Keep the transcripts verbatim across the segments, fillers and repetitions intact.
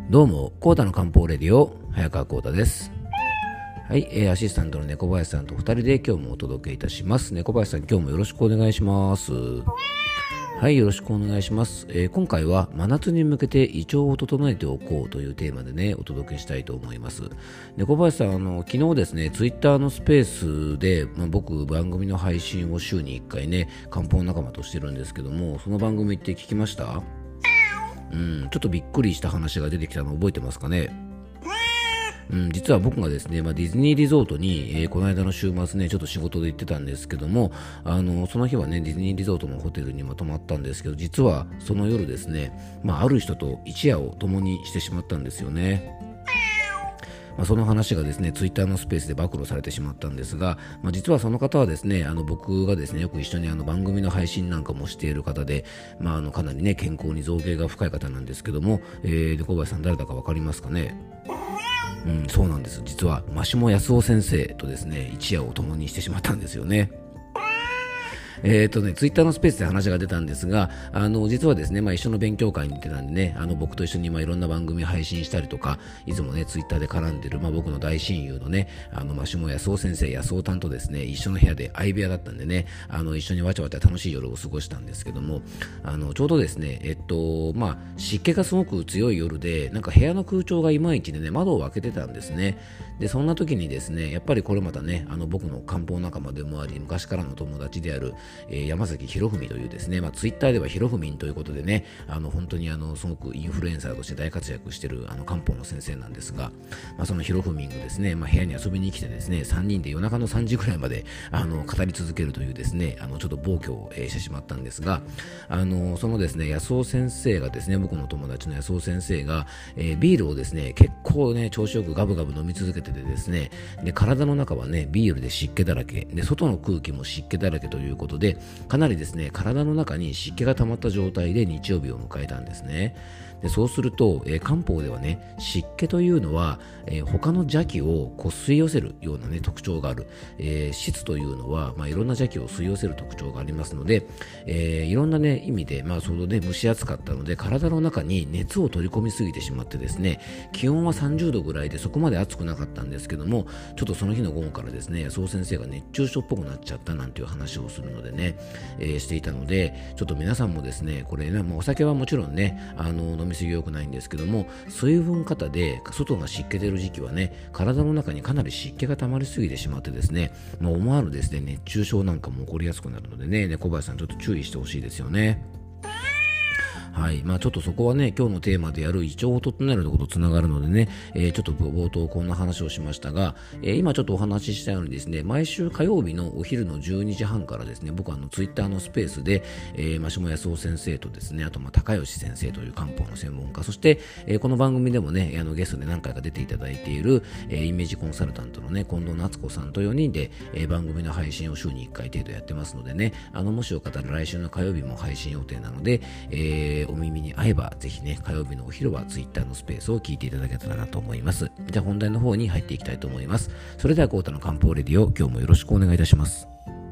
どうも、コータの漢方レディオ、早川コータです。はい、えー、アシスタントの猫林さんとふたりで今日もお届けいたします。猫林さん、今日もよろしくお願いします。はい、よろしくお願いします。えー、今回は真夏に向けて胃腸を整えておこうというテーマでね、お届けしたいと思います。猫林さん、あの昨日ですね、ツイッターのスペースで、まあ、僕番組の配信を週にいっかいね、漢方仲間としてるんですけども、その番組って聞きました？うん、ちょっとびっくりした話が出てきたの覚えてますかね。うん、実は僕がですね、まあ、ディズニーリゾートに、えー、この間の週末ねちょっと仕事で行ってたんですけども、あのその日はねディズニーリゾートのホテルにも泊まったんですけど、実はその夜ですね、まあ、ある人と一夜を共にしてしまったんですよね。まあ、その話がですねツイッターのスペースで暴露されてしまったんですが、まあ、実はその方はですね、あの僕がですねよく一緒にあの番組の配信なんかもしている方で、まあ、あのかなりね健康に造詣が深い方なんですけども、えー、で小林さん誰だか分かりますかね。うん、そうなんです。実は真下康夫先生とですね一夜を共にしてしまったんですよね。えーとね、ツイッターのスペースで話が出たんですが、あの実はですね、まあ、一緒の勉強会に行ってたんでね、あの僕と一緒にまあいろんな番組配信したりとか、いつもねツイッターで絡んでる、まあ、僕の大親友のね、あの真下康夫先生、康夫担とですね一緒の部屋で相部屋だったんでね、あの一緒にわちゃわちゃ楽しい夜を過ごしたんですけども、あのちょうどですね、えっとまあ、湿気がすごく強い夜で、なんか部屋の空調がいまいちでね窓を開けてたんですね。でそんな時にですね、やっぱりこれまたね、あの僕の漢方仲間でもあり昔からの友達である、えー、山崎博文というですね、まあ、ツイッターでは博文ということでね、あの本当にあのすごくインフルエンサーとして大活躍しているあの漢方の先生なんですが、まあ、その博文がですね、まあ、部屋に遊びに来てですね、さんにんで夜中のさんじぐらいまであの語り続けるというですね、あのちょっと暴挙を、えー、してしまったんですが、あのそのですね康夫先生がですね、僕の友達の康夫先生が、えー、ビールをですね結構ね調子よくガブガブ飲み続けててですね、で体の中はねビールで湿気だらけで、外の空気も湿気だらけということで、かなりですね体の中に湿気が溜まった状態で日曜日を迎えたんですね。でそうすると、えー、漢方ではね湿気というのは、えー、他の邪気をこう吸い寄せるような、ね、特徴がある、えー、湿というのは、まあ、いろんな邪気を吸い寄せる特徴がありますので、えー、いろんな、ね、意味で、まあそのね、蒸し暑かったので体の中に熱を取り込みすぎてしまってですね、気温はさんじゅうどぐらいでそこまで暑くなかったんですけども、ちょっとその日の午後からですね康夫先生が熱中症っぽくなっちゃったなんていう話をするのでね、えー、していたので、ちょっと皆さんもですねこれね、もうお酒はもちろんねあの飲みすぎ良くないんですけども、水分過多で外が湿気出る時期はね体の中にかなり湿気が溜まりすぎてしまってですね、まあ、思わぬですね熱中症なんかも起こりやすくなるのでね、小林さんちょっと注意してほしいですよね。はい、まあ、ちょっとそこはね今日のテーマである胃腸を整えるとことつながるのでね、えー、ちょっと冒頭こんな話をしましたが、えー、今ちょっとお話ししたようにですね、毎週火曜日のお昼のじゅうにじはんからですね、僕はあのツイッターのスペースで、えー、真下康夫先生とですね、あとまあ高吉先生という漢方の専門家、そして、えー、この番組でもねあのゲストで何回か出ていただいている、えー、イメージコンサルタントのね近藤夏子さんとよにんで、えー、番組の配信を週にいっかい程度やってますのでね、あのもしよかったら来週の火曜日も配信予定なので、えー、お耳に合えばぜひね火曜日のお昼はツイッターのスペースを聞いていただけたらなと思います。じゃあ本題の方に入っていきたいと思います。それではコータの漢方レディオ、今日もよろしくお願いいたします。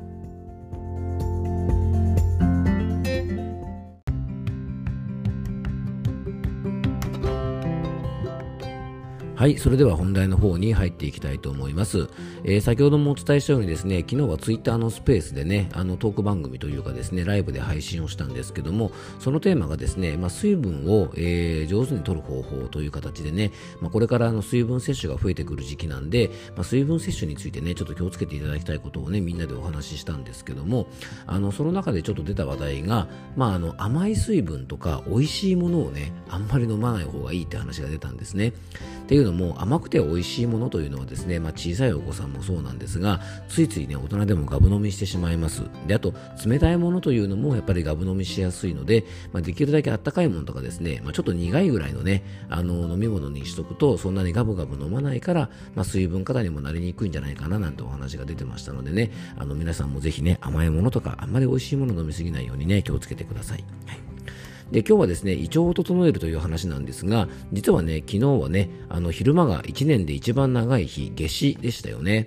はい、それでは本題の方に入っていきたいと思います。えー、先ほどもお伝えしたようにですね、昨日はツイッターのスペースでね、あのトーク番組というかですね、ライブで配信をしたんですけども、そのテーマがですね、まあ、水分を、えー、上手に取る方法という形でね、まあ、これからあの水分摂取が増えてくる時期なんで、まあ、水分摂取についてね、ちょっと気をつけていただきたいことをね、みんなでお話ししたんですけども、あのその中でちょっと出た話題が、まあ、あの甘い水分とか美味しいものをね、あんまり飲まない方がいいって話が出たんですね。っていうのも甘くて美味しいものというのはですね、まあ、小さいお子さんもそうなんですが、ついついね大人でもガブ飲みしてしまいます。であと冷たいものというのもやっぱりガブ飲みしやすいので、まあ、できるだけあったかいものとかですね、まあ、ちょっと苦いぐらいのねあの飲み物にしとくとそんなにガブガブ飲まないから、まあ、水分過多にもなりにくいんじゃないかななんてお話が出てましたのでね、あの皆さんもぜひね甘いものとかあんまり美味しいもの飲みすぎないようにね気をつけてください。はい、で今日はですね胃腸を整えるという話なんですが、実はね昨日はねあの昼間がいちねんで一番長い日夏至でしたよね。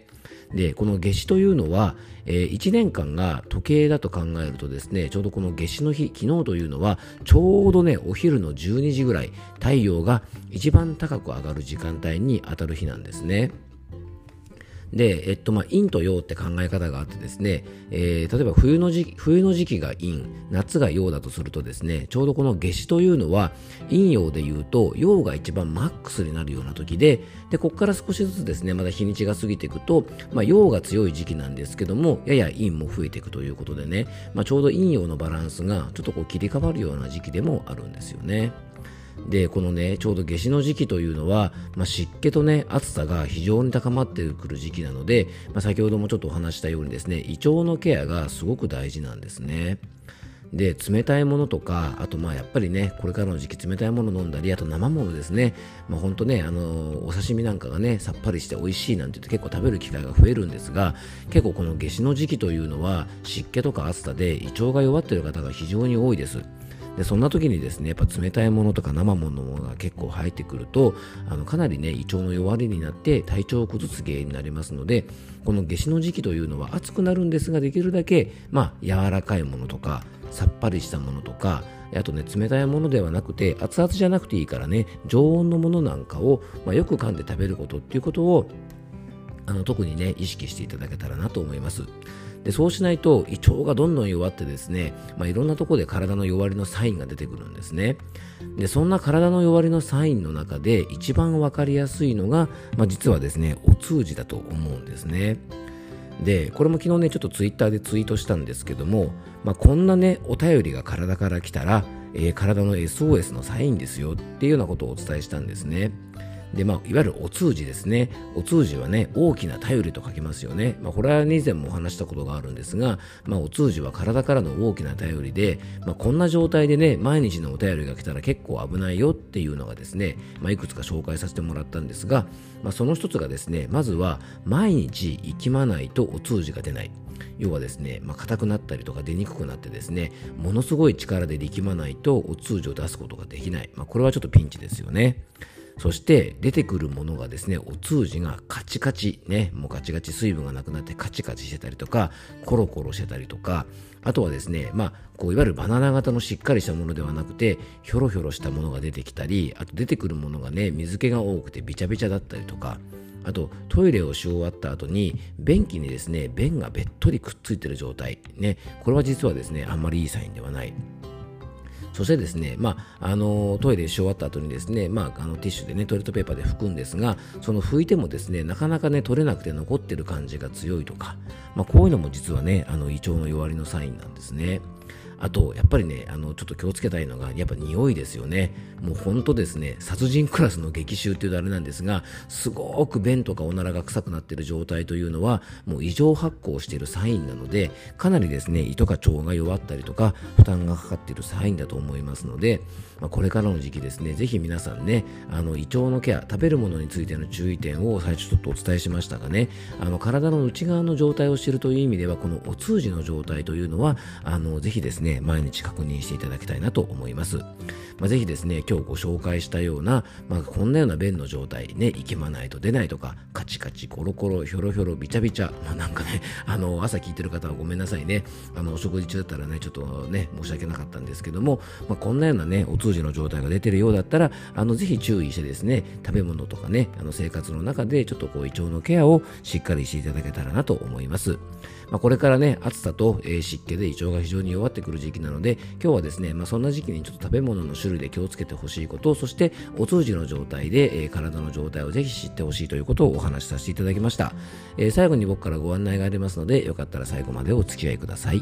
で、この夏至というのは、えー、いちねんかんが時計だと考えるとですね、ちょうどこの夏至の日、昨日というのはちょうどね、お昼のじゅうにじぐらい、太陽が一番高く上がる時間帯に当たる日なんですね。で、えっと、まあ、陰と陽って考え方があってですね、えー、例えば冬の時期、冬の時期が陰、夏が陽だとするとですね、ちょうどこの夏至というのは、陰陽で言うと、陽が一番マックスになるような時で、で、ここから少しずつですね、まだ日にちが過ぎていくと、まあ、陽が強い時期なんですけども、やや陰も増えていくということでね、まあ、ちょうど陰陽のバランスがちょっとこう切り替わるような時期でもあるんですよね。で、このね、ちょうど夏至の時期というのは、まあ、湿気とね、暑さが非常に高まってくる時期なので、まあ、先ほどもちょっとお話したようにですね、胃腸のケアがすごく大事なんですね。で、冷たいものとか、あとまあやっぱりね、これからの時期冷たいもの飲んだり、あと生ものですね、まあほんとね、あのお刺身なんかがね、さっぱりして美味しいなんて言って結構食べる機会が増えるんですが、結構この夏至の時期というのは湿気とか暑さで胃腸が弱っている方が非常に多いです。で、そんな時にですね、やっぱ冷たいものとか生ものが結構入ってくると、あのかなりね、胃腸の弱りになって体調を崩す原因になりますので、この夏至の時期というのは暑くなるんですが、できるだけまあ柔らかいものとかさっぱりしたものとか、あとね、冷たいものではなくて熱々じゃなくていいからね、常温のものなんかを、まあ、よく噛んで食べることっていうことをあの特にね、意識していただけたらなと思います。で、そうしないと胃腸がどんどん弱ってですね、まあ、いろんなところで体の弱りのサインが出てくるんですね。で、そんな体の弱りのサインの中で一番わかりやすいのが、まあ、実はですね、お通じだと思うんですね。で、これも昨日ね、ちょっとツイッターでツイートしたんですけども、まあ、こんなね、お便りが体から来たら、えー、体の エスオーエス のサインですよっていうようなことをお伝えしたんですね。で、まあ、いわゆるお通じですね。お通じはね、大きな頼りと書きますよね。まあ、これは以前もお話したことがあるんですが、まあ、お通じは体からの大きな頼りで、まあ、こんな状態でね、毎日のお便りが来たら結構危ないよっていうのがですね、まあ、いくつか紹介させてもらったんですが、まあ、その一つがですね、まずは、毎日息まないとお通じが出ない。要はですね、まあ、硬くなったりとか出にくくなってですね、ものすごい力で力まないとお通じを出すことができない。まあ、これはちょっとピンチですよね。そして出てくるものがですね、お通じがカチカチね、もうカチカチ水分がなくなってカチカチしてたりとか、コロコロしてたりとか、あとはですね、まあこういわゆるバナナ型のしっかりしたものではなくて、ひょろひょろしたものが出てきたり、あと出てくるものがね、水気が多くてビチャビチャだったりとか、あとトイレをし終わった後に便器にですね、便がべっとりくっついてる状態ね、これは実はですね、あんまりいいサインではない。そしてですね、まあ、あのトイレし終わった後にですね、まあ、あのティッシュでね、トイレットペーパーで拭くんですが、その拭いてもですね、なかなかね、取れなくて残ってる感じが強いとか、まあ、こういうのも実はね、あの胃腸の弱りのサインなんですね。あと、やっぱりね、あの、ちょっと気をつけたいのが、やっぱ匂いですよね。もうほんとですね、殺人クラスの激臭っていうとあれなんですが、すごく便とかおならが臭くなっている状態というのは、もう異常発酵しているサインなので、かなりですね、胃とか腸が弱ったりとか、負担がかかっているサインだと思いますので、まあ、これからの時期ですね、ぜひ皆さんね、あの、胃腸のケア、食べるものについての注意点を最初ちょっとお伝えしましたがね、あの、体の内側の状態を知るという意味では、このお通じの状態というのは、あの、ぜひですね、毎日確認していただきたいなと思います。まあ、ぜひですね、今日ご紹介したような、まあ、こんなような便の状態ね、息まないと出ないとか、カチカチ、コロコロ、ひょろひょろ、ビチャビチャ、まあ、なんかね、あの、朝聞いてる方はごめんなさいね。あの、お食事中だったらね、ちょっとね、申し訳なかったんですけども、まあ、こんなようなね、お通じの状態が出てるようだったら、あの、ぜひ注意してですね、食べ物とかね、あの、生活の中でちょっとこう、胃腸のケアをしっかりしていただけたらなと思います。まあ、これからね、暑さと、えー、湿気で胃腸が非常に弱ってくる時期なので、今日はですね、まあ、そんな時期にちょっと食べ物の種類で気をつけてほしいこと、そしてお通じの状態で、えー、体の状態をぜひ知ってほしいということをお話しさせていただきました。えー、最後に僕からご案内がありますので、よかったら最後までお付き合いください。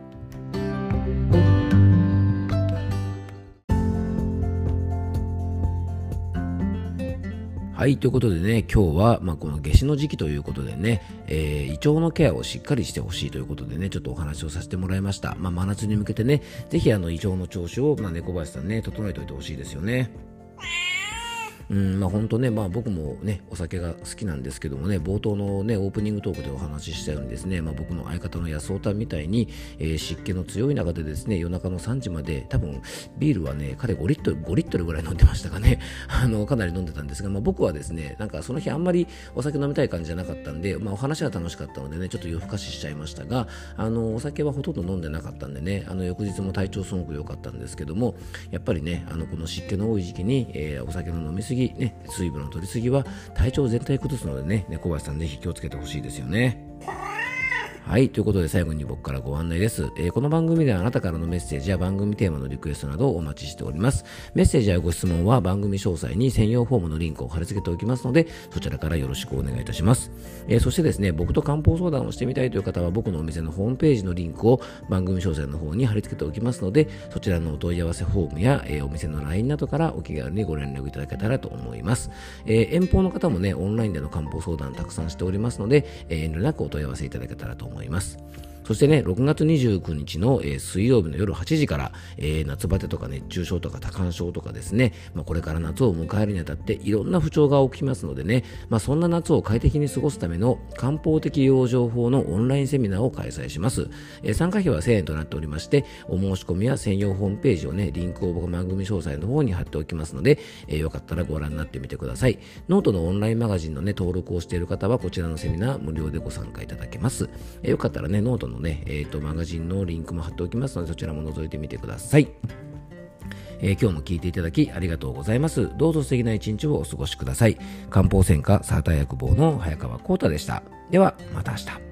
はい、ということでね、今日は、まあ、この夏至の時期ということでね、えー、胃腸のケアをしっかりしてほしいということでね、ちょっとお話をさせてもらいました。まあ、真夏に向けてね、ぜひあの胃腸の調子を、まあ、猫林さんね、整えておいてほしいですよね。 うんまあ、本当ね、まあ、僕もねお酒が好きなんですけどもね、冒頭のねオープニングトークでお話ししたようにですね、まあ、僕の相方の安尾さんみたいに、えー、湿気の強い中でですね夜中のさんじまで多分ビールはね彼ごリットルごリットルぐらい飲んでましたかねあのかなり飲んでたんですが、まあ、僕はですねなんかその日あんまりお酒飲みたい感じじゃなかったんで、まあ、お話は楽しかったのでねちょっと夜更かししちゃいましたが、あのお酒はほとんど飲んでなかったんでね、あの翌日も体調すごく良かったんですけども、やっぱりねあのこの湿気の多い時期に、えー、お酒の飲みすぎ、ね、水分の取りすぎは体調全体崩すのでね、猫林さんぜひ気をつけてほしいですよね。はい。ということで最後に僕からご案内です。えー、この番組ではあなたからのメッセージや番組テーマのリクエストなどをお待ちしております。メッセージやご質問は番組詳細に専用フォームのリンクを貼り付けておきますので、そちらからよろしくお願いいたします。えー、そしてですね、僕と漢方相談をしてみたいという方は僕のお店のホームページのリンクを番組詳細の方に貼り付けておきますので、そちらのお問い合わせフォームや、えー、お店の ライン などからお気軽にご連絡いただけたらと思います。えー、遠方の方もね、オンラインでの漢方相談たくさんしておりますので、えー、遠慮なくお問い合わせいただけたらと思います。そしてね、ろくがつにじゅうくにちの、えー、水曜日の夜はちじから、えー、夏バテとか熱中症とか多汗症とかですね、まあ、これから夏を迎えるにあたっていろんな不調が起きますのでね、まあ、そんな夏を快適に過ごすための漢方的養生法のオンラインセミナーを開催します。えー、参加費はせんえんとなっておりまして、お申し込みは専用ホームページをね、リンクを僕番組詳細の方に貼っておきますので、えー、よかったらご覧になってみてください。ノートのオンラインマガジンのね、登録をしている方はこちらのセミナー無料でご参加いただけます。えー、よかったらね、ノートのね、えーと、マガジンのリンクも貼っておきますので、そちらも覗いてみてください。えー、今日も聞いていただきありがとうございます。どうぞ素敵な一日をお過ごしください。漢方専科サーター薬房の早川浩太でした。ではまた明日。